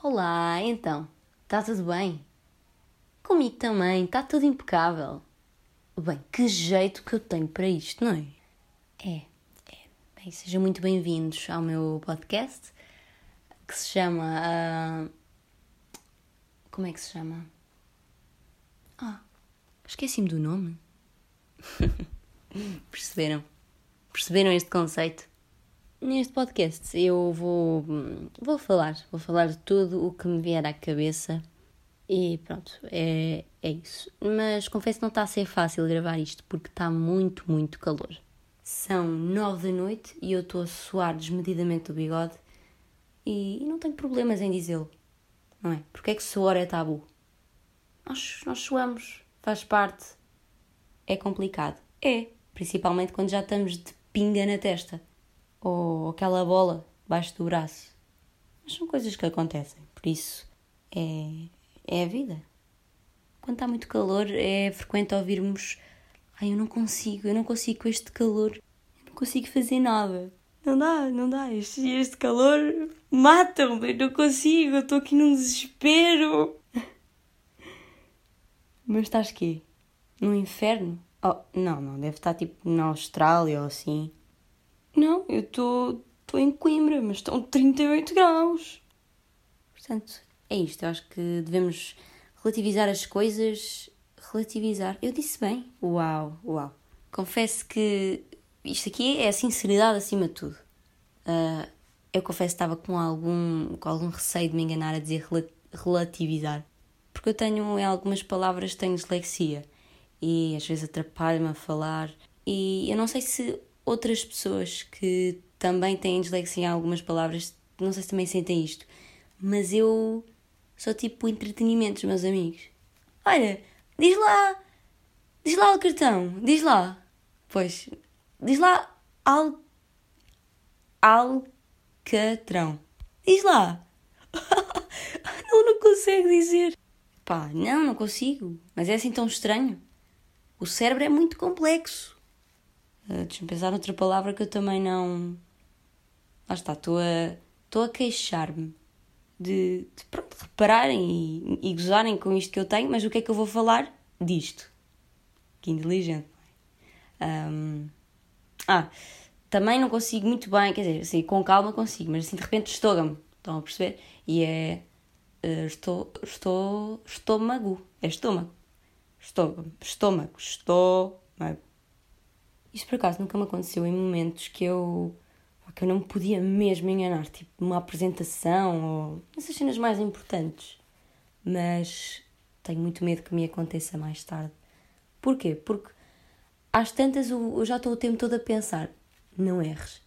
Olá, então, está tudo bem? Comigo também, está tudo impecável. Bem, que jeito que eu tenho para isto, não é? É. Bem, sejam muito bem-vindos ao meu podcast, que se chama... Como é que se chama? Esqueci-me do nome. Perceberam? Perceberam este conceito? Neste podcast eu vou falar de tudo o que me vier à cabeça e pronto, é isso. Mas confesso que não está a ser fácil gravar isto porque está muito, muito calor. São 9 da noite e eu estou a suar desmedidamente o bigode e não tenho problemas em dizê-lo, não é? Porque é que suor é tabu? Nós suamos, faz parte, é complicado. É, principalmente quando já estamos de pinga na testa. Ou aquela bola debaixo do braço. Mas são coisas que acontecem, por isso é a vida. Quando está muito calor é frequente ouvirmos eu não consigo com este calor, eu não consigo fazer nada. Não dá, este calor mata-me, eu não consigo, eu estou aqui num desespero. Mas estás quê? No inferno? Oh, não, deve estar tipo na Austrália ou assim. Não, eu estou em Coimbra, mas estão 38 graus. Portanto, é isto. Eu acho que devemos relativizar as coisas. Relativizar. Eu disse bem. Uau. Confesso que isto aqui é a sinceridade acima de tudo. Eu confesso que estava com algum receio de me enganar a dizer relativizar. Porque eu tenho, em algumas palavras, tenho dislexia. E às vezes atrapalho-me a falar. E eu não sei se outras pessoas que também têm dislexia em algumas palavras, não sei se também sentem isto, mas eu sou tipo entretenimento dos meus amigos. Olha, diz lá o cartão, diz lá. Pois, diz lá alcatrão. Diz lá. Não consegue dizer. Pá, não consigo, mas é assim tão estranho. O cérebro é muito complexo. Deixa-me pensar noutra palavra que eu também não... Lá está, estou a queixar-me de pronto, repararem e gozarem com isto que eu tenho, mas o que é que eu vou falar disto? Que inteligente, não é? Também não consigo muito bem, quer dizer, assim, com calma consigo, mas assim de repente estou-me, estão a perceber? E é... estômago. É estômago. Estômago. Isto por acaso nunca me aconteceu em momentos que eu não me podia mesmo enganar, tipo numa apresentação ou nessas cenas mais importantes. Mas tenho muito medo que me aconteça mais tarde. Porquê? Porque às tantas eu já estou o tempo todo a pensar: não erres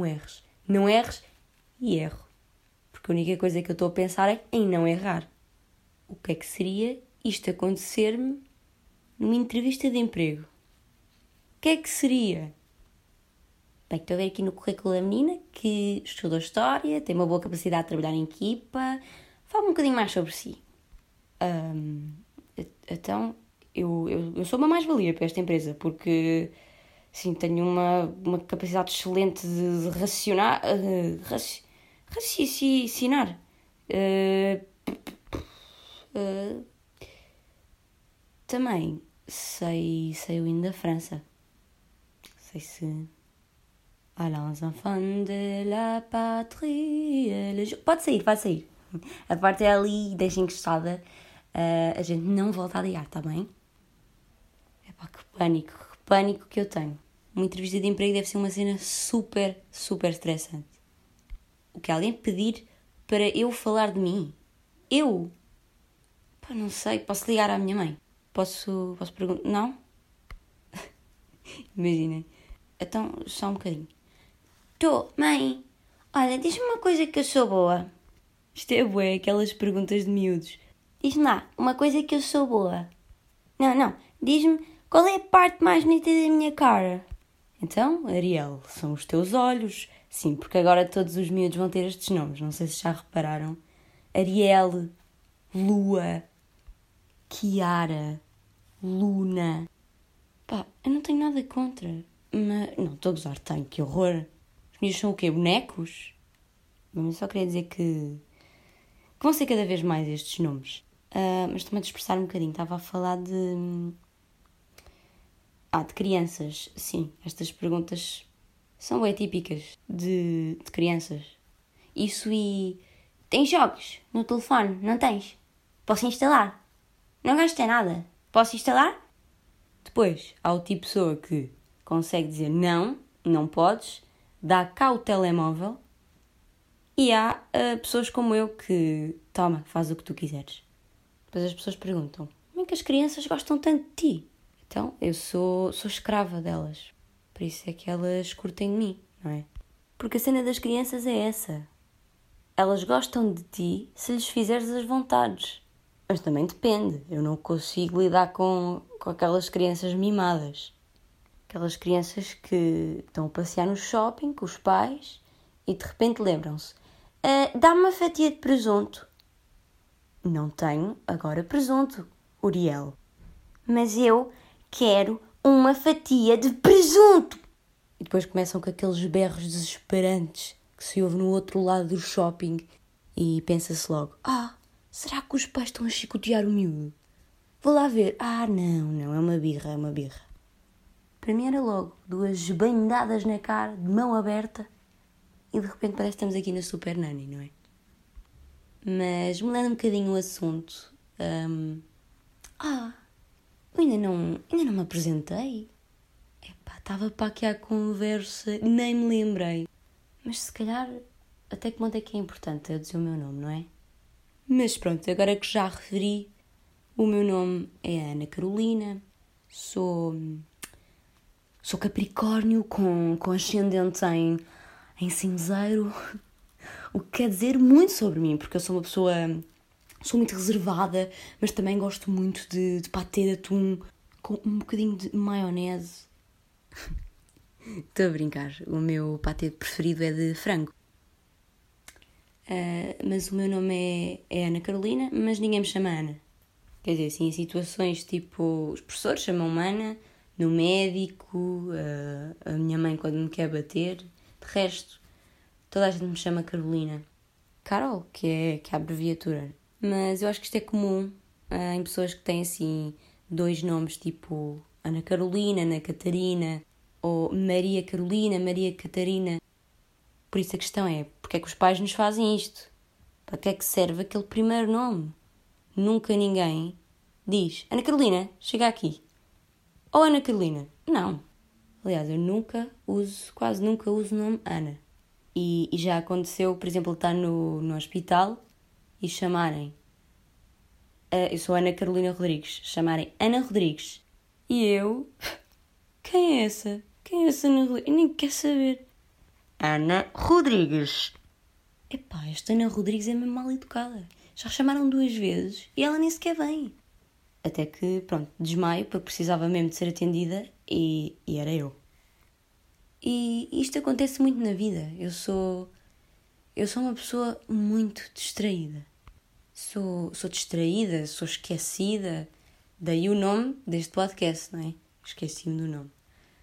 e erro. Porque a única coisa que eu estou a pensar é em não errar. O que é que seria isto acontecer-me numa entrevista de emprego? O que é que seria? Bem, estou a ver aqui no currículo da menina que estuda História, tem uma boa capacidade de trabalhar em equipa. Fala um bocadinho mais sobre si. Então, eu sou uma mais-valia para esta empresa, porque sim, tenho uma capacidade excelente de raciocinar. Também sei o hino da França. Sei se... Allons enfants de la patrie... Pode sair. A parte é ali, deixa encostada. A gente não volta a ligar, está bem? Epá, que pânico que eu tenho. Uma entrevista de emprego deve ser uma cena super, super estressante. O que alguém pedir para eu falar de mim? Eu? Pá, não sei, posso ligar à minha mãe? Posso perguntar? Não? Imaginem. Então, só um bocadinho. Tô, mãe, olha, diz-me uma coisa que eu sou boa. Isto é bué, aquelas perguntas de miúdos. Diz-me lá, uma coisa que eu sou boa. Não, diz-me qual é a parte mais bonita da minha cara. Então, Ariel, são os teus olhos. Sim, porque agora todos os miúdos vão ter estes nomes, não sei se já repararam. Ariel, Lua, Kiara, Luna. Pá, eu não tenho nada contra. Mas, não, estou a gozar, tenho, que horror. Os miúdos são o quê? Bonecos? Mas eu só queria dizer que que vão ser cada vez mais estes nomes. Mas também de expressar um bocadinho, estava a falar de crianças. Sim, estas perguntas são bem típicas de crianças. Isso e... Tens jogos no telefone? Não tens? Posso instalar? Não gastei nada. Posso instalar? Depois, há o tipo de pessoa que consegue dizer não, não podes, dá cá o telemóvel. E há pessoas como eu que, toma, faz o que tu quiseres. Depois as pessoas perguntam, como é que as crianças gostam tanto de ti? Então, eu sou escrava delas. Por isso é que elas curtem de mim, não é? Porque a cena das crianças é essa. Elas gostam de ti se lhes fizeres as vontades. Mas também depende. Eu não consigo lidar com aquelas crianças mimadas. Aquelas crianças que estão a passear no shopping com os pais e de repente lembram-se. Dá-me uma fatia de presunto. Não tenho agora presunto, Uriel. Mas eu quero uma fatia de presunto. E depois começam com aqueles berros desesperantes que se ouve no outro lado do shopping e pensa-se logo, será que os pais estão a chicotear o miúdo? Vou lá ver. Não, é uma birra. Para mim era logo 2 bandadas na cara, de mão aberta, e de repente parece que estamos aqui na Super Nanny, não é? Mas mudando um bocadinho o assunto, eu ainda não me apresentei. Estava para aqui à conversa, nem me lembrei. Mas se calhar, até que ponto é que é importante eu dizer o meu nome, não é? Mas pronto, agora que já referi, o meu nome é Ana Carolina, sou Capricórnio com ascendente em cinzeiro, o que quer dizer muito sobre mim, porque eu sou uma pessoa, sou muito reservada, mas também gosto muito de patê de atum com um bocadinho de maionese. Estou a brincar, o meu patê preferido é de frango. Mas o meu nome é Ana Carolina, mas ninguém me chama Ana. Quer dizer, assim, em situações tipo, os professores chamam-me Ana, no médico, a minha mãe quando me quer bater. De resto, toda a gente me chama Carolina. Carol, que é a abreviatura. Mas eu acho que isto é comum em pessoas que têm, assim, 2 nomes, tipo Ana Carolina, Ana Catarina, ou Maria Carolina, Maria Catarina. Por isso a questão é, porque é que os pais nos fazem isto? Para que é que serve aquele primeiro nome? Nunca ninguém diz, Ana Carolina, chega aqui. Ou Ana Carolina. Não. Aliás, eu quase nunca uso o nome Ana. E já aconteceu, por exemplo, estar no hospital e chamarem, eu sou Ana Carolina Rodrigues, chamarem Ana Rodrigues. E eu, quem é essa? Quem é essa Ana Rodrigues? Eu nem quero saber. Ana Rodrigues. Esta Ana Rodrigues é mesmo mal educada. Já chamaram 2 vezes e ela nem sequer vem. Até que, pronto, desmaio porque precisava mesmo de ser atendida e era eu. E isto acontece muito na vida. Eu sou uma pessoa muito distraída. Sou distraída, sou esquecida. Daí o nome deste podcast, não é? Esqueci-me do nome.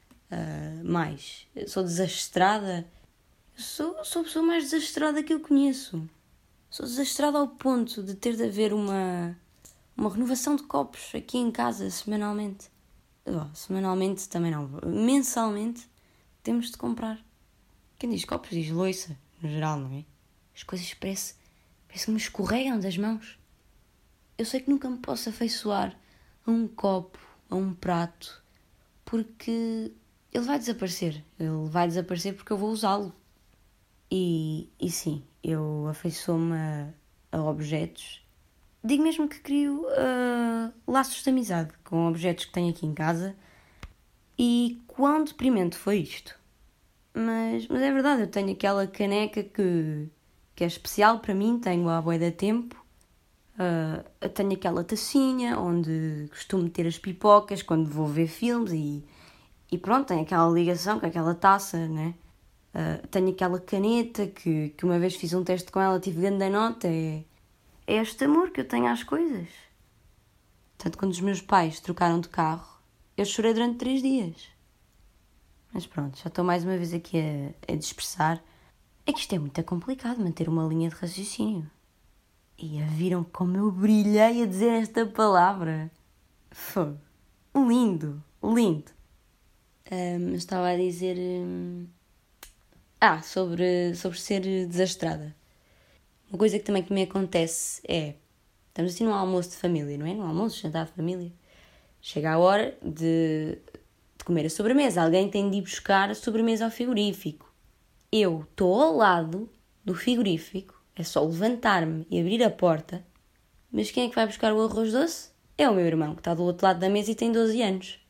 Sou desastrada. Sou a pessoa mais desastrada que eu conheço. Sou desastrada ao ponto de ter de haver uma renovação de copos aqui em casa semanalmente. Semanalmente também não. Mensalmente temos de comprar. Quem diz copos diz louça, no geral, não é? As coisas parece que me escorregam das mãos. Eu sei que nunca me posso afeiçoar a um copo, a um prato, porque ele vai desaparecer. Ele vai desaparecer porque eu vou usá-lo. E sim, eu afeiçoo-me a objetos. Digo mesmo que crio laços de amizade com objetos que tenho aqui em casa. E quão deprimente foi isto? Mas é verdade, eu tenho aquela caneca que é especial para mim, tenho há bué de tempo. Eu tenho aquela tacinha onde costumo ter as pipocas quando vou ver filmes e pronto, tenho aquela ligação com aquela taça, né? Tenho aquela caneta que uma vez fiz um teste com ela, tive grande nota. É este amor que eu tenho às coisas. Tanto quando os meus pais trocaram de carro, eu chorei durante 3 dias. Mas pronto, já estou mais uma vez aqui a dispersar. É que isto é muito complicado, manter uma linha de raciocínio. E viram como eu brilhei a dizer esta palavra. Foi lindo, lindo. Estava a dizer... sobre ser desastrada. Uma coisa que também que me acontece é... Estamos assim num almoço de família, não é? Num almoço, jantar de família. Chega a hora de comer a sobremesa. Alguém tem de ir buscar a sobremesa ao frigorífico. Eu estou ao lado do frigorífico. É só levantar-me e abrir a porta. Mas quem é que vai buscar o arroz doce? É o meu irmão, que está do outro lado da mesa e tem 12 anos.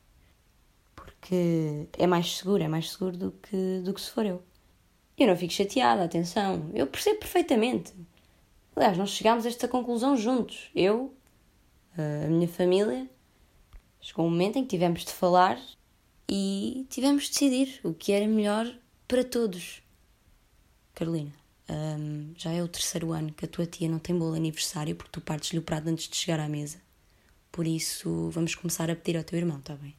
Porque é mais seguro do que se for eu. Eu não fico chateada, atenção. Eu percebo perfeitamente. Aliás, nós chegámos a esta conclusão juntos. Eu, a minha família, chegou um momento em que tivemos de falar e tivemos de decidir o que era melhor para todos. Carolina, já é o 3º ano que a tua tia não tem bolo aniversário porque tu partes-lhe o prato antes de chegar à mesa. Por isso, vamos começar a pedir ao teu irmão, está bem?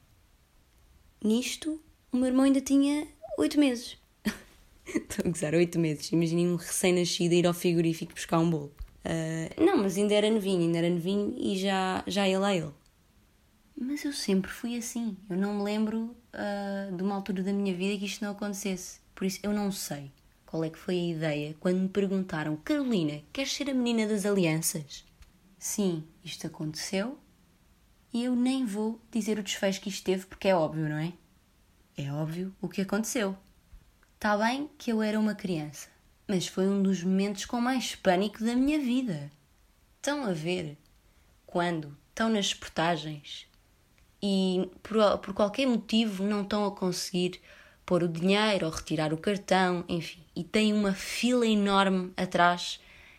Nisto, o meu irmão ainda tinha 8 meses. Estou a gozar, 8 meses. Imaginem um recém-nascido a ir ao frigorífico buscar um bolo. Não, mas ainda era novinho e já ia lá ele. Mas eu sempre fui assim. Eu não me lembro de uma altura da minha vida que isto não acontecesse. Por isso, eu não sei qual é que foi a ideia quando me perguntaram: Carolina, queres ser a menina das alianças? Sim, isto aconteceu. E eu nem vou dizer o desfecho que isto teve, porque é óbvio, não é? É óbvio o que aconteceu. Está bem que eu era uma criança, mas foi um dos momentos com mais pânico da minha vida. Estão a ver quando estão nas portagens e por qualquer motivo não estão a conseguir pôr o dinheiro ou retirar o cartão, enfim, e têm uma fila enorme atrás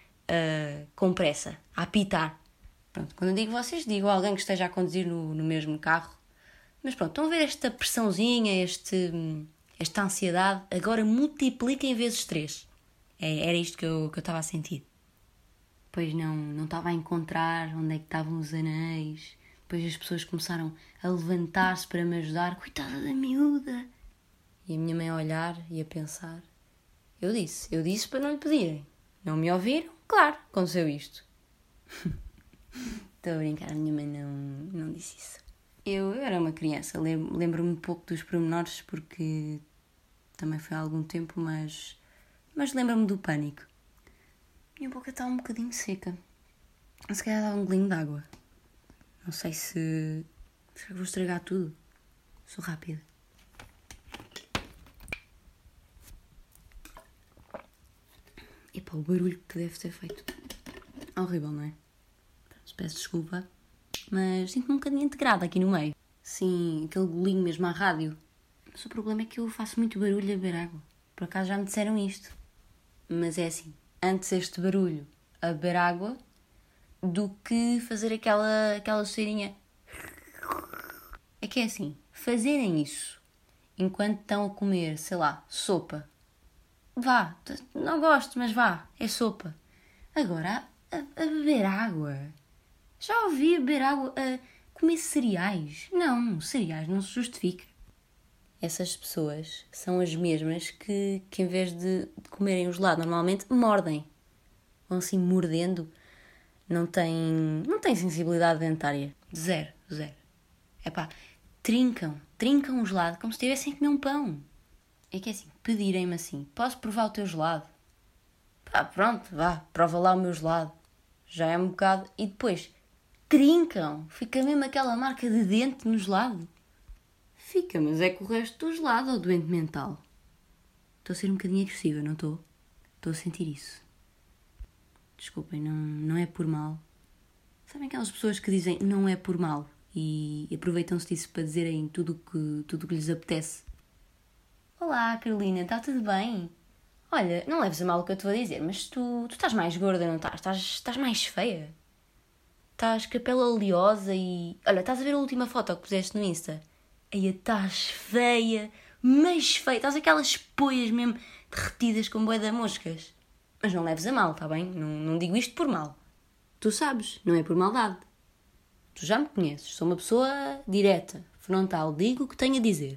com pressa, a apitar. Pronto, quando eu digo vocês, digo alguém que esteja a conduzir no mesmo carro. Mas pronto, estão a ver esta pressãozinha, esta ansiedade, agora multiplica em vezes 3. Era isto que eu estava a sentir. Depois não estava a encontrar onde é que estavam os anéis. Depois as pessoas começaram a levantar-se para me ajudar. Coitada da miúda! E a minha mãe a olhar e a pensar. Eu disse para não lhe pedirem. Não me ouviram? Claro, aconteceu isto. Estou a brincar, a minha mãe não disse isso. Eu era uma criança, lembro-me um pouco dos pormenores porque também foi há algum tempo, mas lembro-me do pânico. Minha boca está um bocadinho seca. Se calhar dá um golinho de água. Não sei se vou estragar tudo. Sou rápida. Epá, o barulho que deve ter feito. Horrível, não é? Peço desculpa. Mas sinto-me um bocadinho integrada aqui no meio. Sim, aquele golinho mesmo à rádio. Mas o problema é que eu faço muito barulho a beber água. Por acaso já me disseram isto. Mas é assim, antes este barulho a beber água do que fazer aquela cheirinha. É que é assim, fazerem isso enquanto estão a comer, sei lá, sopa. Vá, não gosto, mas vá, é sopa. Agora, a beber água. Já ouvi beber água a comer cereais. Não, cereais não se justifica. Essas pessoas são as mesmas que em vez de comerem o gelado normalmente, mordem. Vão assim mordendo. Não têm sensibilidade dentária. Zero. Epá, trincam o gelado como se estivessem a comer um pão. É que é assim, pedirem-me assim, posso provar o teu gelado? Pá, pronto, vá, prova lá o meu gelado. Já é um bocado. E depois trincam. Fica mesmo aquela marca de dente no gelado. Fica, mas é com o resto do gelado ou doente mental. Estou a ser um bocadinho agressiva, não estou? Estou a sentir isso. Desculpem, não é por mal. Sabem aquelas pessoas que dizem não é por mal e aproveitam-se disso para dizerem tudo o que lhes apetece? Olá, Carolina, está tudo bem? Olha, não leves a mal o que eu te vou dizer, mas tu estás mais gorda, não estás? Estás mais feia? Estás com a pele oleosa e... Olha, estás a ver a última foto que puseste no Insta? Aí estás feia, mas feia. Estás aquelas poias mesmo derretidas com bué de moscas. Mas não leves a mal, está bem? Não digo isto por mal. Tu sabes, não é por maldade. Tu já me conheces, sou uma pessoa direta, frontal, digo o que tenho a dizer.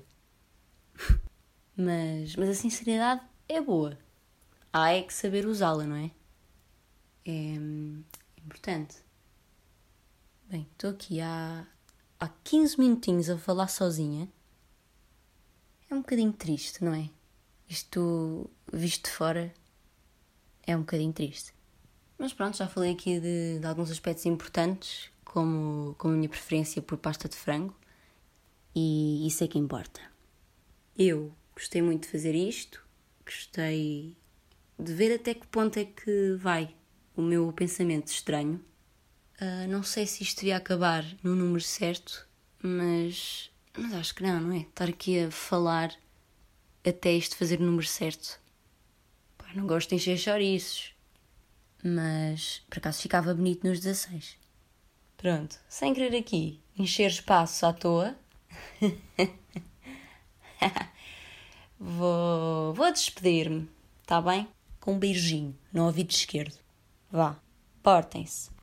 Mas a sinceridade é boa. Há é que saber usá-la, não é? importante. Bem, estou aqui há 15 minutinhos a falar sozinha. É um bocadinho triste, não é? Isto, visto de fora, é um bocadinho triste. Mas pronto, já falei aqui de alguns aspectos importantes, como a minha preferência por pasta de frango, e isso é que importa. Eu gostei muito de fazer isto, gostei de ver até que ponto é que vai o meu pensamento estranho. Não sei se isto ia acabar no número certo, mas acho que não é? Estar aqui a falar até isto fazer o número certo. Pá, não gosto de encher chouriços, mas por acaso ficava bonito nos 16. Pronto, sem querer aqui encher espaço à toa, vou despedir-me, tá bem? Com um beijinho no ouvido esquerdo. Vá, portem-se.